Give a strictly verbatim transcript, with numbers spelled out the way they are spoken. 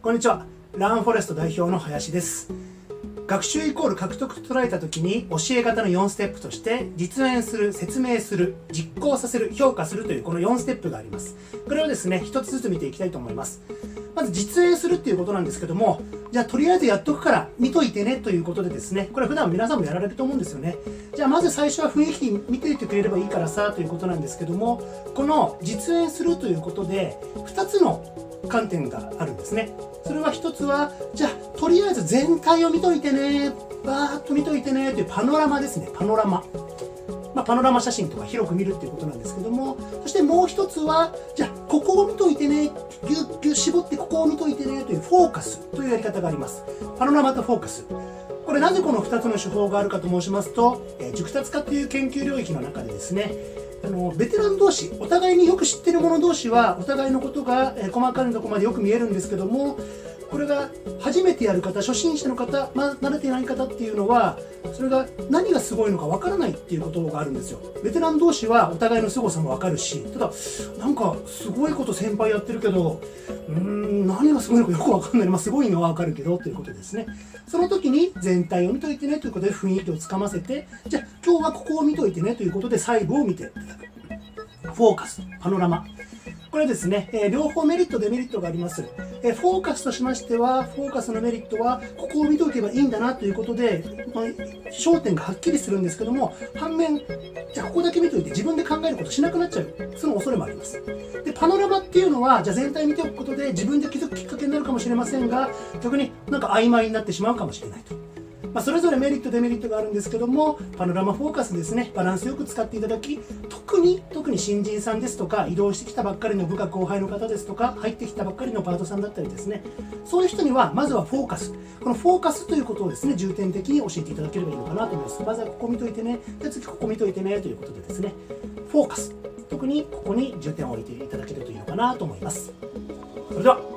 こんにちは。ラーンフォレスト代表の林です。学習イコール獲得と捉えた時に教え方のよんステップとして実演する、説明する、実行させる、評価するというこのよんステップがあります。これをですねひとつずつ見ていきたいと思います。まず実演するっていうことなんですけども、じゃあとりあえずやっとくから見といてねということでですね、これ普段皆さんもやられると思うんですよね。じゃあまず最初は雰囲気見ていてくれればいいからさということなんですけども、この実演するということでふたつの観点があるんですね。それは一つは、じゃあとりあえず全体を見といてね、バーッと見といてねというパノラマですね。パノラマ、まあ、パノラマ写真とか広く見るっていうことなんですけども、そしてもう一つは、じゃあここを見といてね、ぎゅっぎゅっ絞ってここを見といてねというフォーカスというやり方があります。パノラマとフォーカス、これなぜこのふたつの手法があるかと申しますと、えー、熟達化という研究領域の中でですね、あのベテラン同士、お互いによく知っている者同士はお互いのことが、えー、細かいところまでよく見えるんですけども、これが初めてやる方、初心者の方、まあ、慣れていない方っていうのはそれが何がすごいのかわからないっていうことがあるんですよ。ベテラン同士はお互いの凄さもわかるし、ただなんかすごいこと先輩やってるけど、うーん何がすごいのかよくわかんない、まあ、すごいのはわかるけどということですね。その時に全体を見といてねということで雰囲気をつかませて、じゃあ今日はここを見といてねということで細部を見ていただく。フォーカス、パノラマ、これですね、えー、両方メリットデメリットがあります。えー、フォーカスとしましては、フォーカスのメリットはここを見ておけばいいんだなということで、まあ、焦点がはっきりするんですけども、反面じゃあここだけ見といて自分で考えることしなくなっちゃう、その恐れもあります。でパノラマっていうのは、じゃあ全体見ておくことで自分で気づくきっかけになるかもしれませんが、逆になんか曖昧になってしまうかもしれないと。まあ、それぞれメリットデメリットがあるんですけども、パノラマフォーカスですね、バランスよく使っていただき、特に特に新人さんですとか、移動してきたばっかりの部下後輩の方ですとか、入ってきたばっかりのパートさんだったりですね、そういう人にはまずはフォーカス、このフォーカスということをですね重点的に教えていただければいいのかなと思います。まずはここ見といてね、で次ここ見といてねということでですね、フォーカス、特にここに重点を置いていただけるといいのかなと思います。それでは